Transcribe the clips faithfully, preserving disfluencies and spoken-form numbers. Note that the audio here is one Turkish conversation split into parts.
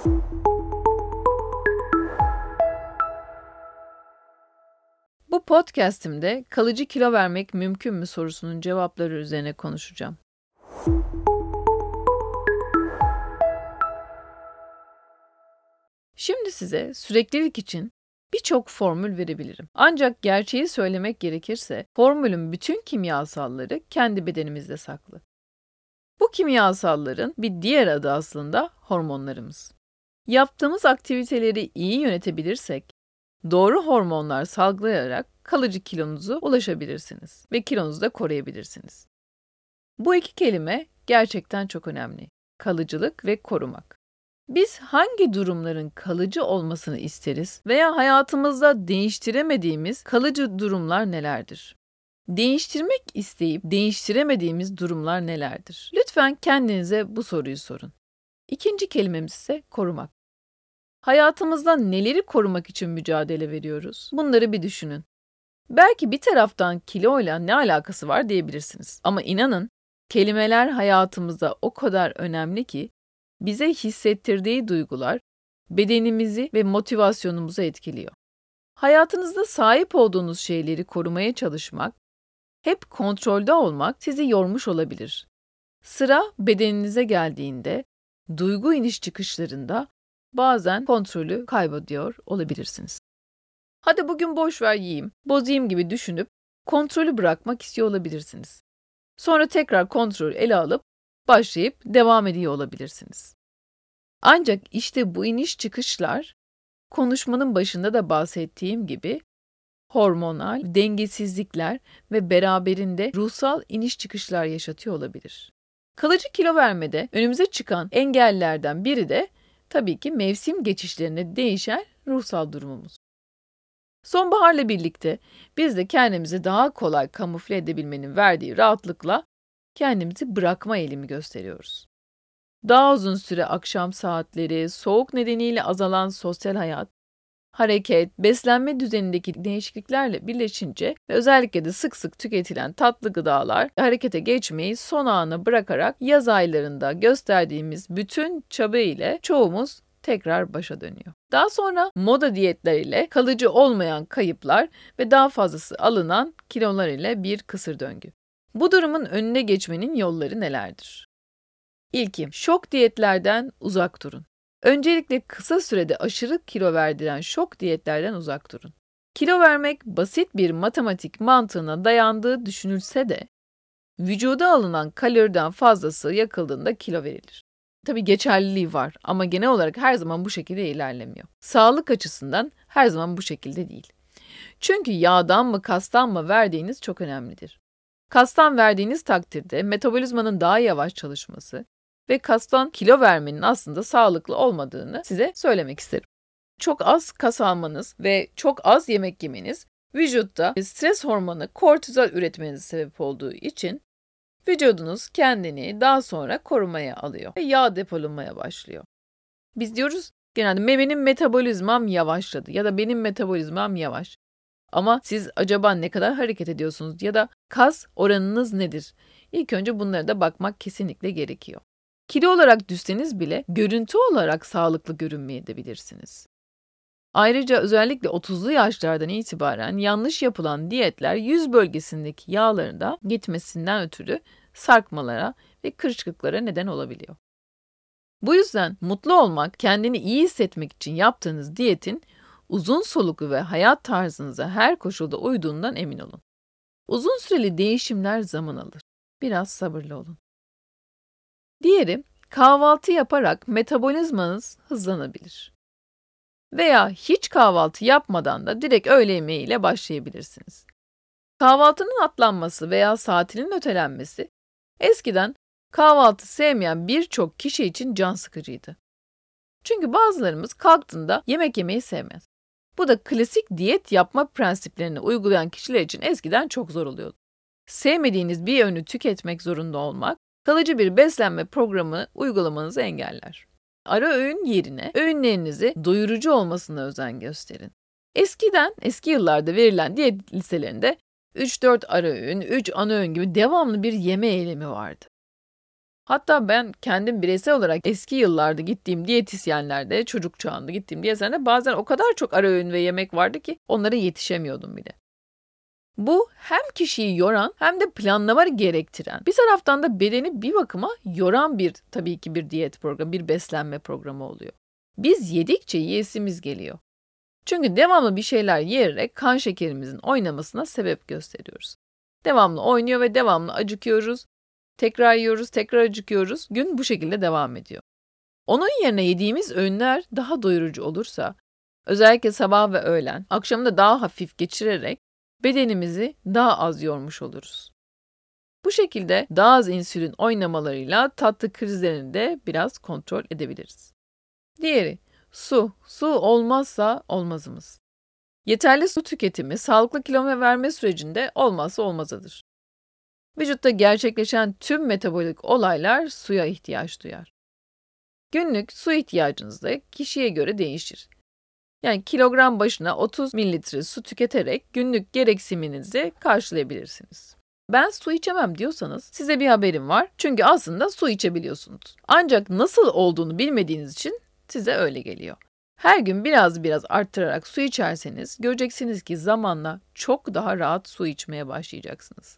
Bu podcast'imde kalıcı kilo vermek mümkün mü sorusunun cevapları üzerine konuşacağım. Şimdi size süreklilik için birçok formül verebilirim. Ancak gerçeği söylemek gerekirse formülün bütün kimyasalları kendi bedenimizde saklı. Bu kimyasalların bir diğer adı aslında hormonlarımız. Yaptığımız aktiviteleri iyi yönetebilirsek, doğru hormonlar salgılayarak kalıcı kilonuza ulaşabilirsiniz ve kilonuzu da koruyabilirsiniz. Bu iki kelime gerçekten çok önemli. Kalıcılık ve korumak. Biz hangi durumların kalıcı olmasını isteriz veya hayatımızda değiştiremediğimiz kalıcı durumlar nelerdir? Değiştirmek isteyip değiştiremediğimiz durumlar nelerdir? Lütfen kendinize bu soruyu sorun. İkinci kelimemiz ise korumak. Hayatımızda neleri korumak için mücadele veriyoruz? Bunları bir düşünün. Belki bir taraftan kiloyla ne alakası var diyebilirsiniz. Ama inanın, kelimeler hayatımızda o kadar önemli ki, bize hissettirdiği duygular bedenimizi ve motivasyonumuzu etkiliyor. Hayatınızda sahip olduğunuz şeyleri korumaya çalışmak, hep kontrolde olmak sizi yormuş olabilir. Sıra bedeninize geldiğinde, duygu iniş çıkışlarında bazen kontrolü kaybediyor olabilirsiniz. Hadi bugün boş ver yiyeyim, bozayım gibi düşünüp kontrolü bırakmak istiyor olabilirsiniz. Sonra tekrar kontrolü ele alıp başlayıp devam ediyor olabilirsiniz. Ancak işte bu iniş çıkışlar, konuşmanın başında da bahsettiğim gibi hormonal dengesizlikler ve beraberinde ruhsal iniş çıkışlar yaşatıyor olabilir. Kalıcı kilo vermede önümüze çıkan engellerden biri de tabii ki mevsim geçişlerine değişen ruhsal durumumuz. Sonbaharla birlikte biz de kendimizi daha kolay kamufle edebilmenin verdiği rahatlıkla kendimizi bırakma eğilimi gösteriyoruz. Daha uzun süre akşam saatleri, soğuk nedeniyle azalan sosyal hayat, hareket, beslenme düzenindeki değişikliklerle birleşince ve özellikle de sık sık tüketilen tatlı gıdalar harekete geçmeyi son ana bırakarak yaz aylarında gösterdiğimiz bütün çaba ile çoğumuz tekrar başa dönüyor. Daha sonra moda diyetler ile kalıcı olmayan kayıplar ve daha fazlası alınan kilolar ile bir kısır döngü. Bu durumun önüne geçmenin yolları nelerdir? İlki, şok diyetlerden uzak durun. Öncelikle kısa sürede aşırı kilo verdiren şok diyetlerden uzak durun. Kilo vermek basit bir matematik mantığına dayandığı düşünülse de, vücuda alınan kaloriden fazlası yakıldığında kilo verilir. Tabii geçerliliği var ama genel olarak her zaman bu şekilde ilerlemiyor. Sağlık açısından her zaman bu şekilde değil. Çünkü yağdan mı kastan mı verdiğiniz çok önemlidir. Kastan verdiğiniz takdirde metabolizmanın daha yavaş çalışması ve kastan kilo vermenin aslında sağlıklı olmadığını size söylemek isterim. Çok az kas almanız ve çok az yemek yemeniz vücutta stres hormonu kortizol üretmenize sebep olduğu için vücudunuz kendini daha sonra korumaya alıyor ve yağ depolamaya başlıyor. Biz diyoruz genelde benim metabolizmam yavaşladı ya da benim metabolizmam yavaş. Ama siz acaba ne kadar hareket ediyorsunuz ya da kas oranınız nedir? İlk önce bunlara da bakmak kesinlikle gerekiyor. Kilo olarak düşseniz bile görüntü olarak sağlıklı görünmeyebilirsiniz. Ayrıca özellikle otuzlu yaşlardan itibaren yanlış yapılan diyetler yüz bölgesindeki yağların da gitmesinden ötürü sarkmalara ve kırışıklıklara neden olabiliyor. Bu yüzden mutlu olmak, kendini iyi hissetmek için yaptığınız diyetin uzun soluklu ve hayat tarzınıza her koşulda uyduğundan emin olun. Uzun süreli değişimler zaman alır. Biraz sabırlı olun. Diğeri, kahvaltı yaparak metabolizmanız hızlanabilir. Veya hiç kahvaltı yapmadan da direkt öğle yemeğiyle başlayabilirsiniz. Kahvaltının atlanması veya saatinin ötelenmesi, eskiden kahvaltı sevmeyen birçok kişi için can sıkıcıydı. Çünkü bazılarımız kalktığında yemek yemeyi sevmez. Bu da klasik diyet yapma prensiplerini uygulayan kişiler için eskiden çok zor oluyordu. Sevmediğiniz bir öğünü tüketmek zorunda olmak, kalıcı bir beslenme programı uygulamanızı engeller. Ara öğün yerine öğünlerinizi doyurucu olmasına özen gösterin. Eskiden, eski yıllarda verilen diyet listelerinde üç dört ara öğün, üç ana öğün gibi devamlı bir yeme eylemi vardı. Hatta ben kendim bireysel olarak eski yıllarda gittiğim diyetisyenlerde, çocuk çağında gittiğim diyetisyenlerde bazen o kadar çok ara öğün ve yemek vardı ki onlara yetişemiyordum bile. Bu hem kişiyi yoran hem de planlama gerektiren, bir taraftan da bedeni bir bakıma yoran bir tabii ki bir diyet programı, bir beslenme programı oluyor. Biz yedikçe yiyesimiz geliyor. Çünkü devamlı bir şeyler yiyerek kan şekerimizin oynamasına sebep gösteriyoruz. Devamlı oynuyor ve devamlı acıkıyoruz. Tekrar yiyoruz, tekrar acıkıyoruz. Gün bu şekilde devam ediyor. Onun yerine yediğimiz öğünler daha doyurucu olursa, özellikle sabah ve öğlen, akşamı da daha hafif geçirerek bedenimizi daha az yormuş oluruz. Bu şekilde daha az insülin oynamalarıyla tatlı krizlerini de biraz kontrol edebiliriz. Diğeri, su. Su olmazsa olmazımız. Yeterli su tüketimi sağlıklı kilo verme sürecinde olmazsa olmazıdır. Vücutta gerçekleşen tüm metabolik olaylar suya ihtiyaç duyar. Günlük su ihtiyacınız da kişiye göre değişir. Yani kilogram başına otuz mililitre su tüketerek günlük gereksiniminizi karşılayabilirsiniz. Ben su içemem diyorsanız size bir haberim var. Çünkü aslında su içebiliyorsunuz. Ancak nasıl olduğunu bilmediğiniz için size öyle geliyor. Her gün biraz biraz arttırarak su içerseniz göreceksiniz ki zamanla çok daha rahat su içmeye başlayacaksınız.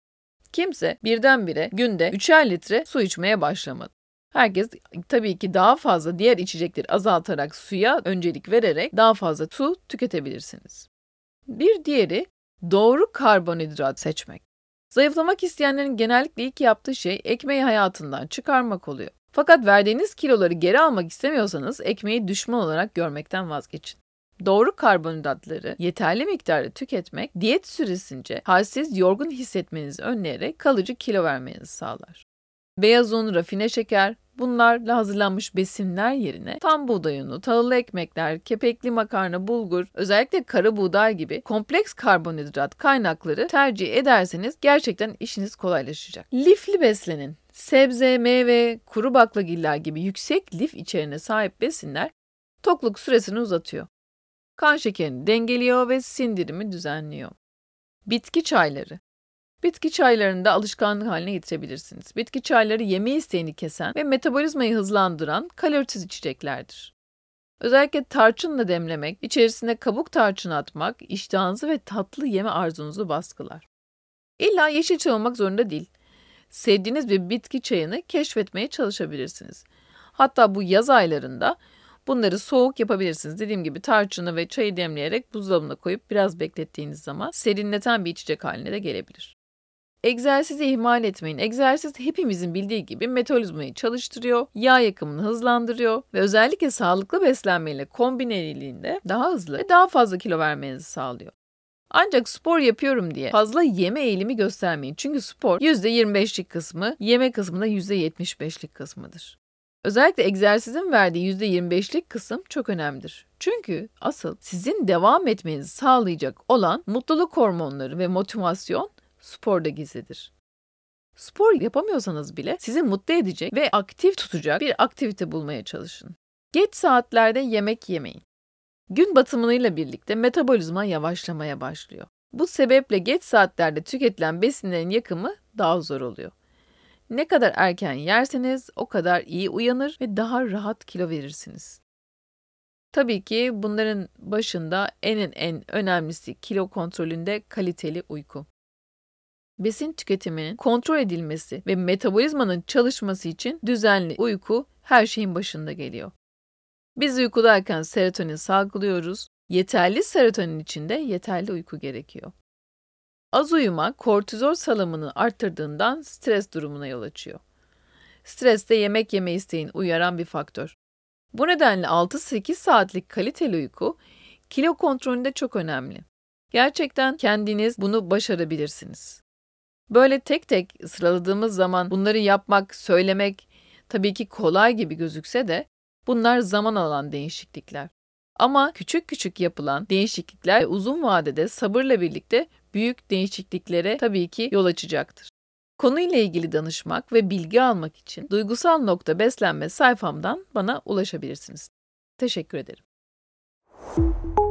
Kimse birdenbire günde üçer litre su içmeye başlamadı. Herkes tabii ki daha fazla diğer içecekleri azaltarak suya öncelik vererek daha fazla su tüketebilirsiniz. Bir diğeri doğru karbonhidrat seçmek. Zayıflamak isteyenlerin genellikle ilk yaptığı şey ekmeği hayatından çıkarmak oluyor. Fakat verdiğiniz kiloları geri almak istemiyorsanız ekmeği düşman olarak görmekten vazgeçin. Doğru karbonhidratları yeterli miktarda tüketmek diyet süresince halsiz, yorgun hissetmenizi önleyerek kalıcı kilo vermenizi sağlar. Beyaz un, rafine şeker, bunlarla hazırlanmış besinler yerine tam buğday unu, tahıllı ekmekler, kepekli makarna, bulgur, özellikle kara buğday gibi kompleks karbonhidrat kaynakları tercih ederseniz gerçekten işiniz kolaylaşacak. Lifli beslenin. Sebze, meyve, kuru baklagiller gibi yüksek lif içeriğine sahip besinler tokluk süresini uzatıyor. Kan şekerini dengeliyor ve sindirimi düzenliyor. Bitki çayları. Bitki çaylarını da alışkanlık haline getirebilirsiniz. Bitki çayları yeme isteğini kesen ve metabolizmayı hızlandıran kalorisiz içeceklerdir. Özellikle tarçınla demlemek, içerisine kabuk tarçını atmak, iştahınızı ve tatlı yeme arzunuzu baskılar. İlla yeşil çay olmak zorunda değil. Sevdiğiniz bir bitki çayını keşfetmeye çalışabilirsiniz. Hatta bu yaz aylarında bunları soğuk yapabilirsiniz. Dediğim gibi tarçını ve çayı demleyerek buzdolabına koyup biraz beklettiğiniz zaman serinleten bir içecek haline de gelebilir. Egzersizi ihmal etmeyin. Egzersiz hepimizin bildiği gibi metabolizmayı çalıştırıyor, yağ yakımını hızlandırıyor ve özellikle sağlıklı beslenmeyle kombineliliğinde daha hızlı ve daha fazla kilo vermenizi sağlıyor. Ancak spor yapıyorum diye fazla yeme eğilimi göstermeyin. Çünkü spor yüzde yirmi beşlik kısmı, yeme kısmı da yüzde yetmiş beşlik kısmıdır. Özellikle egzersizin verdiği yüzde yirmi beşlik kısım çok önemlidir. Çünkü asıl sizin devam etmenizi sağlayacak olan mutluluk hormonları ve motivasyon sporda gizlidir. Spor yapamıyorsanız bile sizi mutlu edecek ve aktif tutacak bir aktivite bulmaya çalışın. Geç saatlerde yemek yemeyin. Gün batımıyla birlikte metabolizma yavaşlamaya başlıyor. Bu sebeple geç saatlerde tüketilen besinlerin yakımı daha zor oluyor. Ne kadar erken yerseniz o kadar iyi uyanır ve daha rahat kilo verirsiniz. Tabii ki bunların başında en en önemlisi kilo kontrolünde kaliteli uyku. Besin tüketiminin kontrol edilmesi ve metabolizmanın çalışması için düzenli uyku her şeyin başında geliyor. Biz uykudayken serotonin salgılıyoruz. Yeterli serotonin için de yeterli uyku gerekiyor. Az uyumak kortizol salımını arttırdığından stres durumuna yol açıyor. Stres de yemek yeme isteğini uyaran bir faktör. Bu nedenle altı sekiz saatlik kaliteli uyku kilo kontrolünde çok önemli. Gerçekten kendiniz bunu başarabilirsiniz. Böyle tek tek sıraladığımız zaman bunları yapmak, söylemek tabii ki kolay gibi gözükse de bunlar zaman alan değişiklikler. Ama küçük küçük yapılan değişiklikler uzun vadede sabırla birlikte büyük değişikliklere tabii ki yol açacaktır. Konuyla ilgili danışmak ve bilgi almak için duygusal nokta beslenme sayfamdan bana ulaşabilirsiniz. Teşekkür ederim.